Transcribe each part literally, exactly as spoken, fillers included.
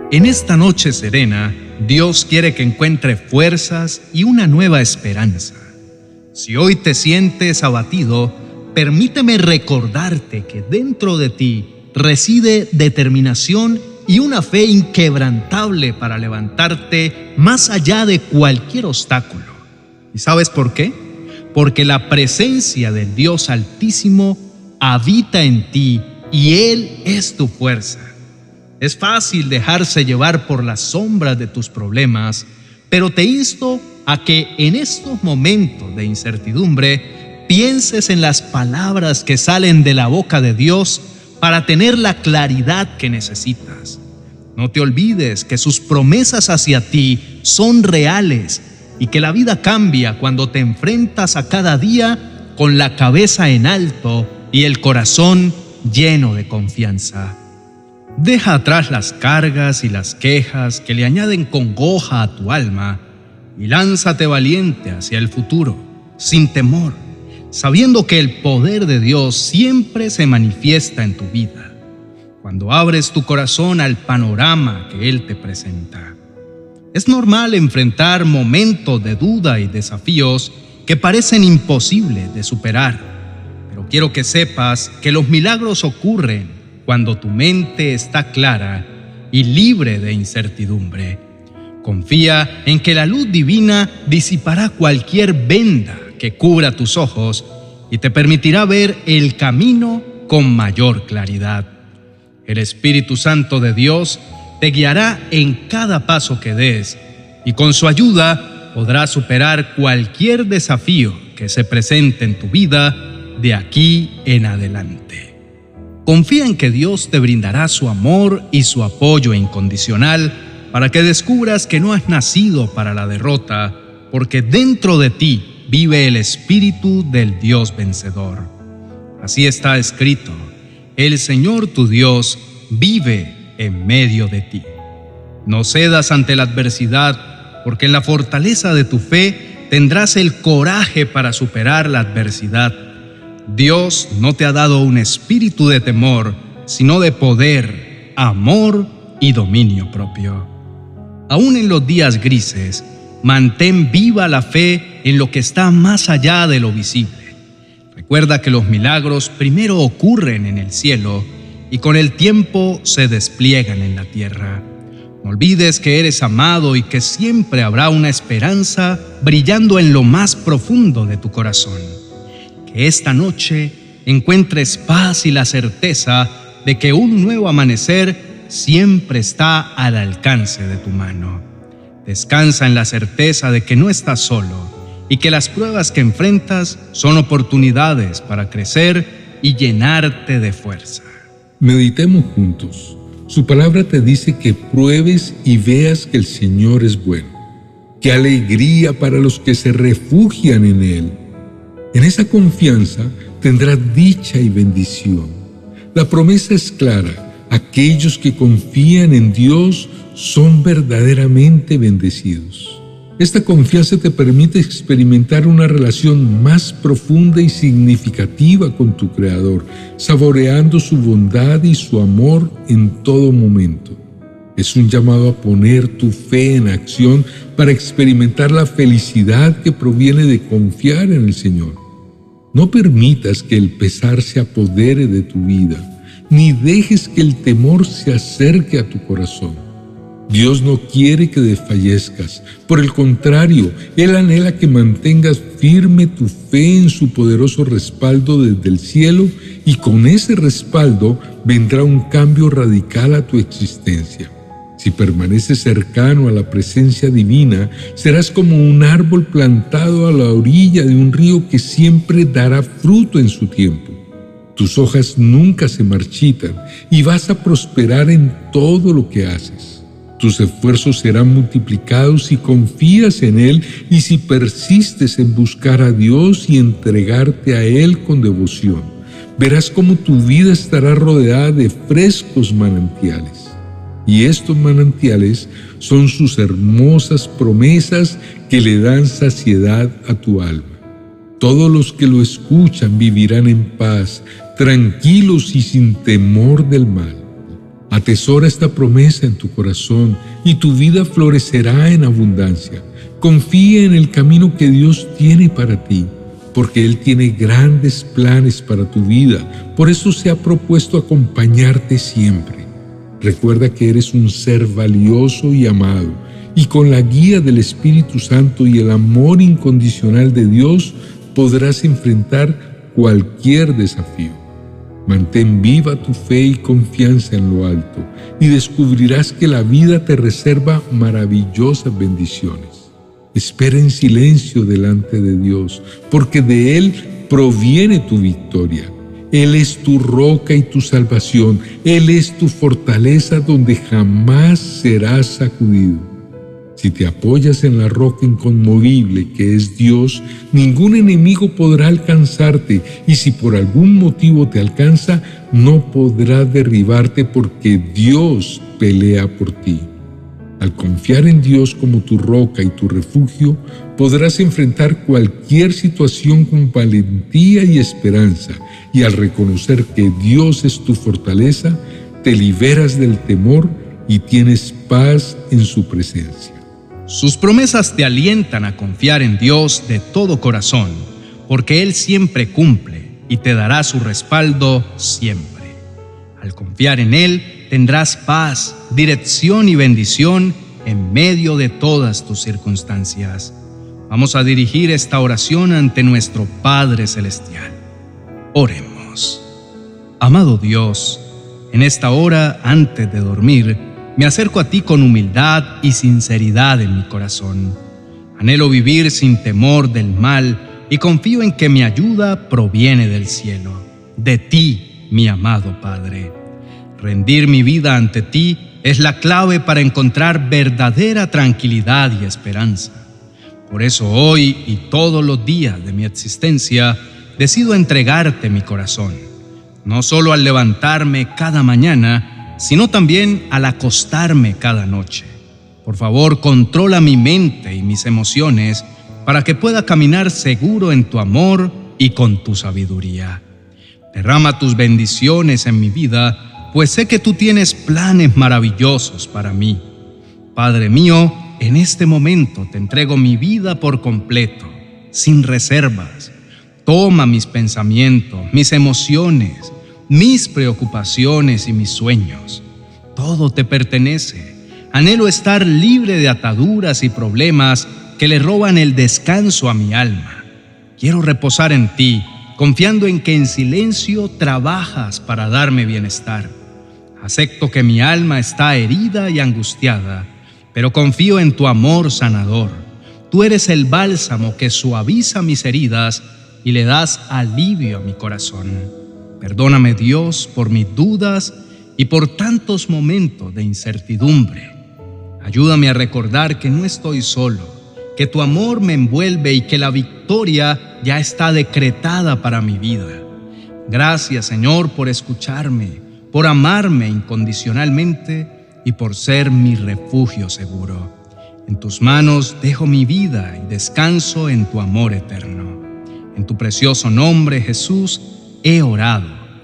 En esta noche serena, Dios quiere que encuentre fuerzas y una nueva esperanza. Si hoy te sientes abatido, permíteme recordarte que dentro de ti reside determinación y una fe inquebrantable para levantarte más allá de cualquier obstáculo. ¿Y sabes por qué? Porque la presencia del Dios Altísimo habita en ti y Él es tu fuerza. Es fácil dejarse llevar por las sombras de tus problemas, pero te insto a que en estos momentos de incertidumbre pienses en las palabras que salen de la boca de Dios para tener la claridad que necesitas. No te olvides que sus promesas hacia ti son reales y que la vida cambia cuando te enfrentas a cada día con la cabeza en alto y el corazón lleno de confianza. Deja atrás las cargas y las quejas que le añaden congoja a tu alma y lánzate valiente hacia el futuro, sin temor, sabiendo que el poder de Dios siempre se manifiesta en tu vida, cuando abres tu corazón al panorama que Él te presenta. Es normal enfrentar momentos de duda y desafíos que parecen imposibles de superar, pero quiero que sepas que los milagros ocurren cuando tu mente está clara y libre de incertidumbre. Confía en que la luz divina disipará cualquier venda que cubra tus ojos y te permitirá ver el camino con mayor claridad. El Espíritu Santo de Dios te guiará en cada paso que des y con su ayuda podrás superar cualquier desafío que se presente en tu vida de aquí en adelante. Confía en que Dios te brindará su amor y su apoyo incondicional para que descubras que no has nacido para la derrota, porque dentro de ti vive el Espíritu del Dios vencedor. Así está escrito: el Señor tu Dios vive en medio de ti. No cedas ante la adversidad, porque en la fortaleza de tu fe tendrás el coraje para superar la adversidad. Dios no te ha dado un espíritu de temor, sino de poder, amor y dominio propio. Aún en los días grises, mantén viva la fe en lo que está más allá de lo visible. Recuerda que los milagros primero ocurren en el cielo y con el tiempo se despliegan en la tierra. No olvides que eres amado y que siempre habrá una esperanza brillando en lo más profundo de tu corazón. Que esta noche encuentres paz y la certeza de que un nuevo amanecer siempre está al alcance de tu mano. Descansa en la certeza de que no estás solo y que las pruebas que enfrentas son oportunidades para crecer y llenarte de fuerza. Meditemos juntos. Su palabra te dice que pruebes y veas que el Señor es bueno. ¡Qué alegría para los que se refugian en Él! En esa confianza tendrás dicha y bendición. La promesa es clara: aquellos que confían en Dios son verdaderamente bendecidos. Esta confianza te permite experimentar una relación más profunda y significativa con tu Creador, saboreando su bondad y su amor en todo momento. Es un llamado a poner tu fe en acción para experimentar la felicidad que proviene de confiar en el Señor. No permitas que el pesar se apodere de tu vida, ni dejes que el temor se acerque a tu corazón. Dios no quiere que desfallezcas. Por el contrario, Él anhela que mantengas firme tu fe en su poderoso respaldo desde el cielo, y con ese respaldo vendrá un cambio radical a tu existencia. Si permaneces cercano a la presencia divina, serás como un árbol plantado a la orilla de un río que siempre dará fruto en su tiempo. Tus hojas nunca se marchitan y vas a prosperar en todo lo que haces. Tus esfuerzos serán multiplicados si confías en Él y si persistes en buscar a Dios y entregarte a Él con devoción. Verás cómo tu vida estará rodeada de frescos manantiales. Y estos manantiales son sus hermosas promesas que le dan saciedad a tu alma. Todos los que lo escuchan vivirán en paz, tranquilos y sin temor del mal. Atesora esta promesa en tu corazón y tu vida florecerá en abundancia. Confía en el camino que Dios tiene para ti, porque Él tiene grandes planes para tu vida. Por eso se ha propuesto acompañarte siempre. Recuerda que eres un ser valioso y amado, y con la guía del Espíritu Santo y el amor incondicional de Dios podrás enfrentar cualquier desafío. Mantén viva tu fe y confianza en lo alto, y descubrirás que la vida te reserva maravillosas bendiciones. Espera en silencio delante de Dios, porque de Él proviene tu victoria. Él es tu roca y tu salvación. Él es tu fortaleza donde jamás serás sacudido. Si te apoyas en la roca inconmovible que es Dios, ningún enemigo podrá alcanzarte, y si por algún motivo te alcanza, no podrá derribarte porque Dios pelea por ti. Al confiar en Dios como tu roca y tu refugio, podrás enfrentar cualquier situación con valentía y esperanza, y al reconocer que Dios es tu fortaleza, te liberas del temor y tienes paz en su presencia. Sus promesas te alientan a confiar en Dios de todo corazón, porque Él siempre cumple y te dará su respaldo siempre. Al confiar en Él, tendrás paz, dirección y bendición en medio de todas tus circunstancias. Vamos a dirigir esta oración ante nuestro Padre Celestial. Oremos. Amado Dios, en esta hora, antes de dormir, me acerco a ti con humildad y sinceridad en mi corazón. Anhelo vivir sin temor del mal y confío en que mi ayuda proviene del cielo, de ti, mi amado Padre. Rendir mi vida ante ti es la clave para encontrar verdadera tranquilidad y esperanza. Por eso hoy y todos los días de mi existencia decido entregarte mi corazón, no solo al levantarme cada mañana, sino también al acostarme cada noche. Por favor, controla mi mente y mis emociones para que pueda caminar seguro en tu amor y con tu sabiduría. Derrama tus bendiciones en mi vida, pues sé que tú tienes planes maravillosos para mí. Padre mío, en este momento te entrego mi vida por completo, sin reservas. Toma mis pensamientos, mis emociones, mis preocupaciones y mis sueños. Todo te pertenece. Anhelo estar libre de ataduras y problemas que le roban el descanso a mi alma. Quiero reposar en ti, confiando en que en silencio trabajas para darme bienestar. Acepto que mi alma está herida y angustiada, pero confío en tu amor sanador. Tú eres el bálsamo que suaviza mis heridas y le das alivio a mi corazón. Perdóname, Dios, por mis dudas y por tantos momentos de incertidumbre. Ayúdame a recordar que no estoy solo, que tu amor me envuelve y que la victoria ya está decretada para mi vida. Gracias, Señor, por escucharme, por amarme incondicionalmente y por ser mi refugio seguro. En tus manos dejo mi vida y descanso en tu amor eterno. En tu precioso nombre, Jesús, he orado.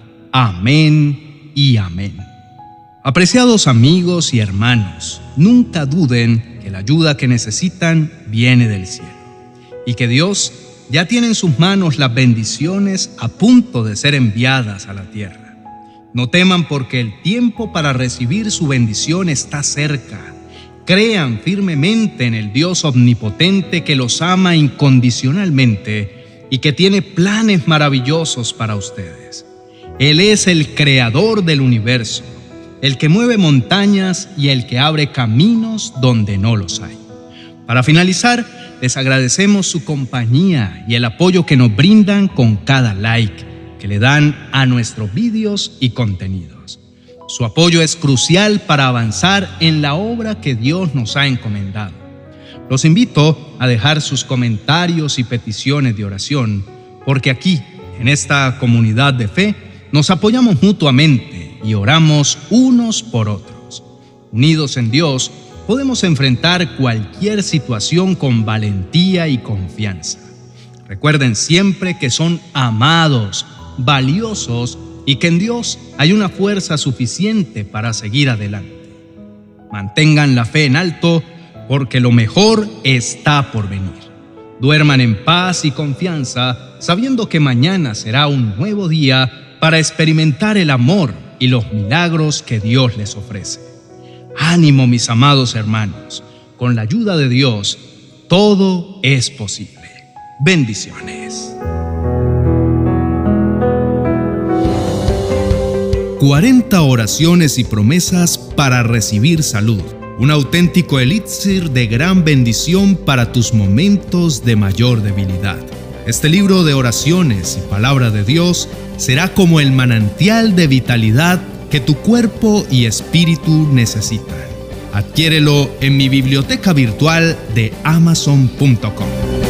Amén y amén. Apreciados amigos y hermanos, nunca duden que la ayuda que necesitan viene del cielo y que Dios ya tiene en sus manos las bendiciones a punto de ser enviadas a la tierra. No teman porque el tiempo para recibir su bendición está cerca. Crean firmemente en el Dios omnipotente que los ama incondicionalmente y que tiene planes maravillosos para ustedes. Él es el creador del universo, el que mueve montañas y el que abre caminos donde no los hay. Para finalizar, les agradecemos su compañía y el apoyo que nos brindan con cada like que le dan a nuestros vídeos y contenidos. Su apoyo es crucial para avanzar en la obra que Dios nos ha encomendado. Los invito a dejar sus comentarios y peticiones de oración, porque aquí, en esta comunidad de fe, nos apoyamos mutuamente y oramos unos por otros. Unidos en Dios, podemos enfrentar cualquier situación con valentía y confianza. Recuerden siempre que son amados, valiosos y que en Dios hay una fuerza suficiente para seguir adelante. Mantengan la fe en alto porque lo mejor está por venir. Duerman en paz y confianza, sabiendo que mañana será un nuevo día para experimentar el amor y los milagros que Dios les ofrece. Ánimo, mis amados hermanos, con la ayuda de Dios, todo es posible. Bendiciones. cuarenta oraciones y promesas para recibir salud. Un auténtico elixir de gran bendición para tus momentos de mayor debilidad. Este libro de oraciones y palabra de Dios será como el manantial de vitalidad que tu cuerpo y espíritu necesitan. Adquiérelo en mi biblioteca virtual de amazon punto com.